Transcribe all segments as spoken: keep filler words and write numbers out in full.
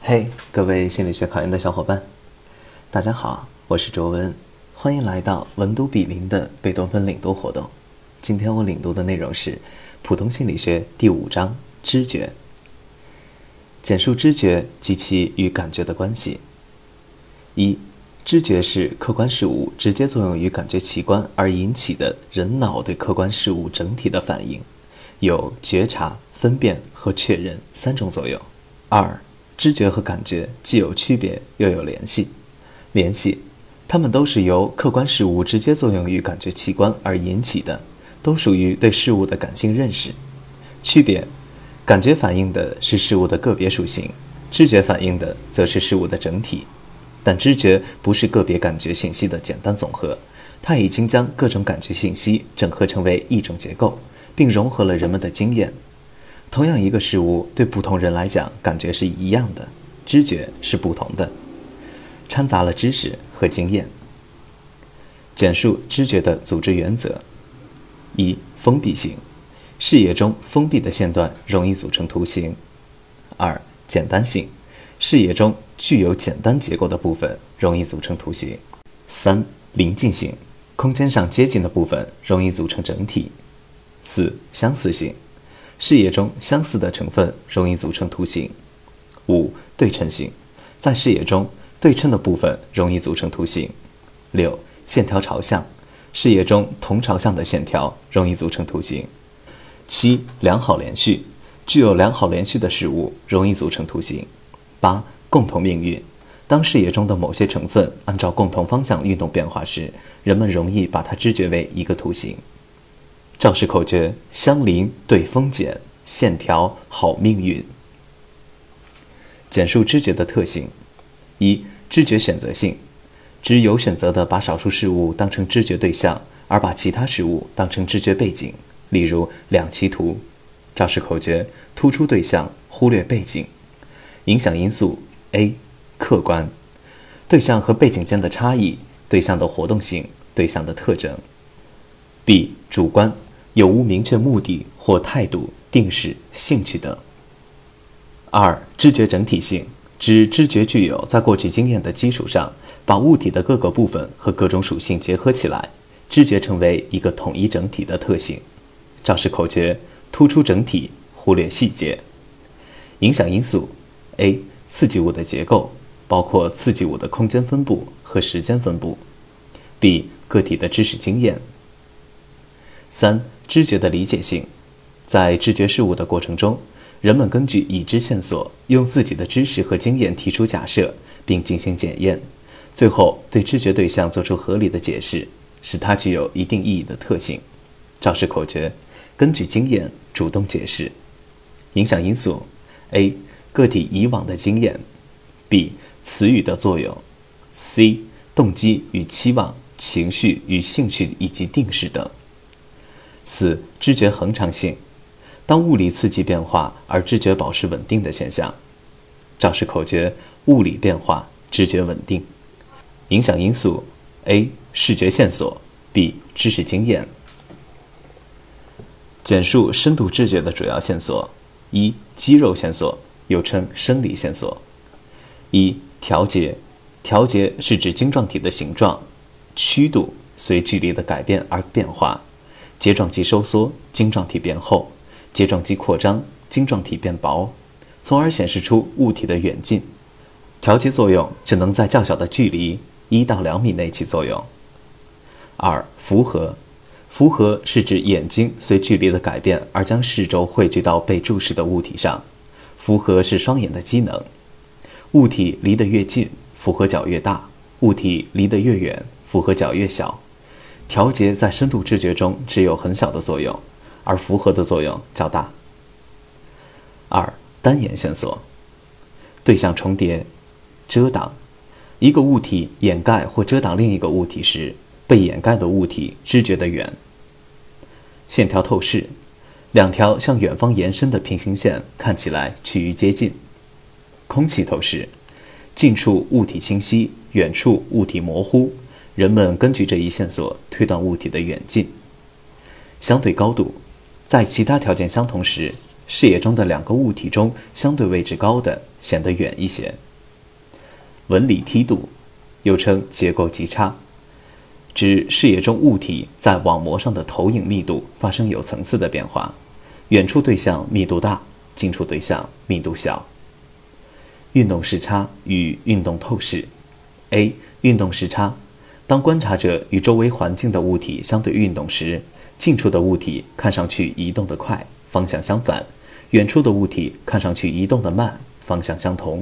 嘿，各位心理学考研的小伙伴，大家好，我是卓文，欢迎来到文读比邻的贝多芬领读活动。今天我领读的内容是普通心理学第五章知觉，简述知觉及其与感觉的关系。一、知觉是客观事物直接作用于感觉器官而引起的人脑对客观事物整体的反应，有觉察、分辨和确认三种作用。二、知觉和感觉既有区别又有联系。联系，它们都是由客观事物直接作用于感觉器官而引起的，都属于对事物的感性认识。区别，感觉反映的是事物的个别属性，知觉反映的则是事物的整体。但知觉不是个别感觉信息的简单总和，它已经将各种感觉信息整合成为一种结构，并融合了人们的经验。同样一个事物对不同人来讲，感觉是一样的，知觉是不同的，掺杂了知识和经验。简述知觉的组织原则。一、封闭性，视野中封闭的线段容易组成图形。二、简单性，视野中具有简单结构的部分容易组成图形。三、临近性，空间上接近的部分容易组成整体。四、相似性，视野中相似的成分容易组成图形。五、对称性，在视野中对称的部分容易组成图形。六、线条朝向，视野中同朝向的线条容易组成图形。七、良好连续，具有良好连续的事物容易组成图形。八、共同命运，当视野中的某些成分按照共同方向运动变化时，人们容易把它知觉为一个图形。赵氏口诀：相邻对风简，线条好命运。简述知觉的特性。一、知觉选择性，指有选择地把少数事物当成知觉对象，而把其他事物当成知觉背景，例如两栖图。赵氏口诀：突出对象，忽略背景。影响因素 A. 客观，对象和背景间的差异，对象的活动性，对象的特征。B. 主观，有无明确目的或态度、定势、兴趣等。二、知觉整体性，指知觉具有在过去经验的基础上，把物体的各个部分和各种属性结合起来，知觉成为一个统一整体的特性。赵氏口诀：突出整体，忽略细节。影响因素 A. 刺激物的结构，包括刺激物的空间分布和时间分布。B. 个体的知识经验。三、知觉的理解性，在知觉事物的过程中，人们根据已知线索，用自己的知识和经验提出假设，并进行检验，最后对知觉对象做出合理的解释，使它具有一定意义的特性。赵氏口诀：根据经验主动解释。影响因素 A. 个体以往的经验。 B. 词语的作用。 C. 动机与期望、情绪与兴趣以及定势等。四、知觉恒常性，当物理刺激变化而知觉保持稳定的现象。赵氏口诀：物理变化，知觉稳定。影响因素 A. 视觉线索。 B. 知识经验。简述深度知觉的主要线索。一、肌肉线索，又称生理线索。一、调节，调节是指晶状体的形状、曲度随距离的改变而变化。睫状肌收缩，晶状体变厚；睫状肌扩张，晶状体变薄，从而显示出物体的远近。调节作用只能在较小的距离一到两米内起作用。二、符合，符合是指眼睛随距离的改变而将视轴汇聚到被注视的物体上，符合是双眼的机能。物体离得越近，符合角越大；物体离得越远，符合角越小。调节在深度知觉中只有很小的作用，而符合的作用较大。二、单眼线索，对象重叠，遮挡。一个物体掩盖或遮挡另一个物体时，被掩盖的物体知觉得远。线条透视，两条向远方延伸的平行线看起来趋于接近。空气透视，近处物体清晰，远处物体模糊，人们根据这一线索推断物体的远近。相对高度，在其他条件相同时， 视野中的两个物体中相对位置高的显得远一些。纹理梯度又称结构极差，指视野中物体在网膜上的投影密度发生有层次的变化，远处对象密度大，近处对象密度小。运动视差与运动透视。 A. 运动视差，当观察者与周围环境的物体相对运动时，近处的物体看上去移动得快，方向相反，远处的物体看上去移动得慢，方向相同。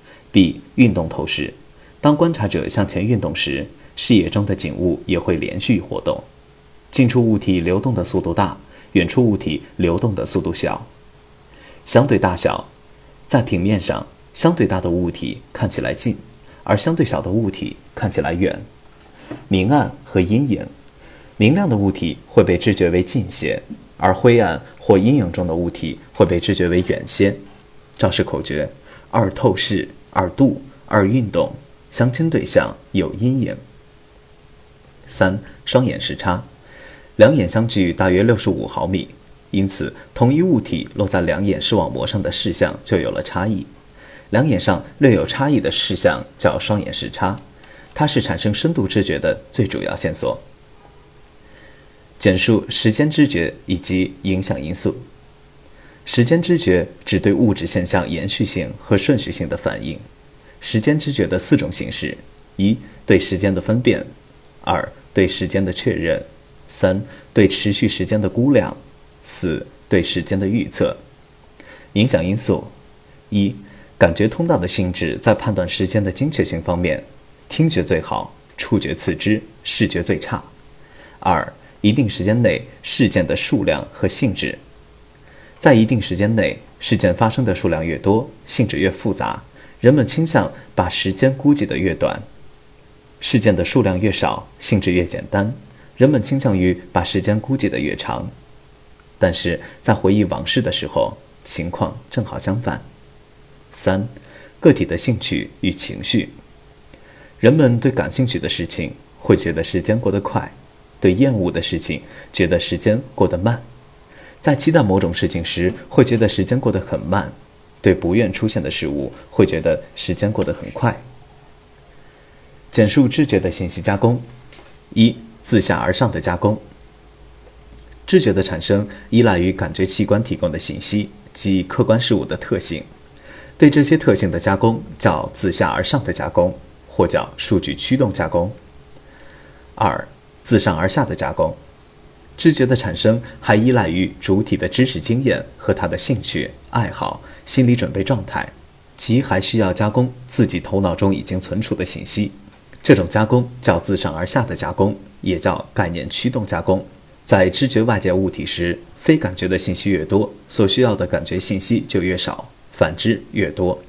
B. 运动透视，当观察者向前运动时，视野中的景物也会连续活动，近处物体流动的速度大，远处物体流动的速度小。相对大小，在平面上，相对大的物体看起来近，而相对小的物体看起来远。明暗和阴影，明亮的物体会被知觉为近些，而灰暗或阴影中的物体会被知觉为远些。招式口诀：二透视，二度，二运动，相亲对象有阴影。三、双眼视差，两眼相距大约六十五毫米，因此同一物体落在两眼视网膜上的视像就有了差异。两眼上略有差异的视像叫双眼视差，它是产生深度知觉的最主要线索。简述时间知觉以及影响因素。时间知觉指对物质现象延续性和顺序性的反应。时间知觉的四种形式：一、对时间的分辨；二、对时间的确认；三、对持续时间的估量；四、对时间的预测。影响因素：一、感觉通道的性质在判断时间的精确性方面，听觉最好，触觉次之，视觉最差。二、一定时间内事件的数量和性质。在一定时间内，事件发生的数量越多，性质越复杂，人们倾向把时间估计得越短；事件的数量越少，性质越简单，人们倾向于把时间估计得越长。但是在回忆往事的时候，情况正好相反。三、个体的兴趣与情绪。人们对感兴趣的事情会觉得时间过得快，对厌恶的事情觉得时间过得慢。在期待某种事情时，会觉得时间过得很慢，对不愿出现的事物会觉得时间过得很快。简述知觉的信息加工。一、自下而上的加工。知觉的产生依赖于感觉器官提供的信息及客观事物的特性，对这些特性的加工叫自下而上的加工，或叫数据驱动加工。二、自上而下的加工。知觉的产生还依赖于主体的知识经验和他的兴趣、爱好、心理准备状态，即还需要加工自己头脑中已经存储的信息。这种加工叫自上而下的加工，也叫概念驱动加工。在知觉外界物体时，非感觉的信息越多，所需要的感觉信息就越少，反之越多。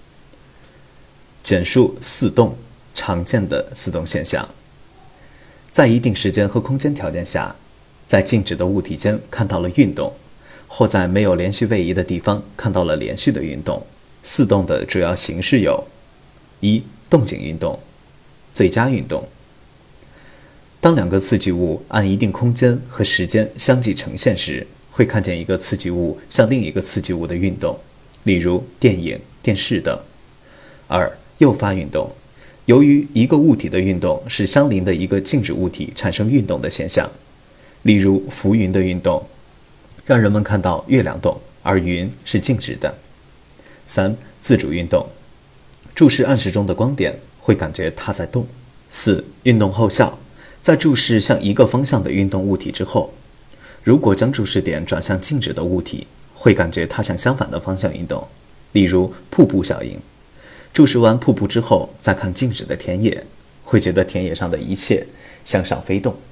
简述四动，常见的四动现象。在一定时间和空间条件下，在静止的物体间看到了运动，或在没有连续位移的地方看到了连续的运动。四动的主要形式有：一、动静运动，最佳运动。当两个刺激物按一定空间和时间相继呈现时，会看见一个刺激物向另一个刺激物的运动，例如电影、电视等。二、诱发运动，由于一个物体的运动是相邻的一个静止物体产生运动的现象，例如浮云的运动，让人们看到月亮动，而云是静止的。三、自主运动，注视暗室中的光点，会感觉它在动。四、运动后效，在注视向一个方向的运动物体之后，如果将注视点转向静止的物体，会感觉它向相反的方向运动，例如瀑布效应。注视完瀑布之后，再看静止的田野，会觉得田野上的一切向上飞动。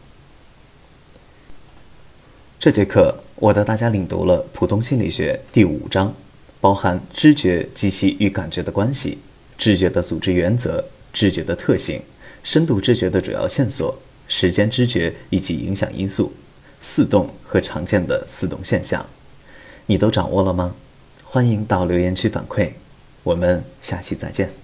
这节课我带大家领读了普通心理学第五章，包含知觉及其与感觉的关系、知觉的组织原则、知觉的特性、深度知觉的主要线索、时间知觉以及影响因素、四动和常见的四动现象。你都掌握了吗？欢迎到留言区反馈，我们下期再见。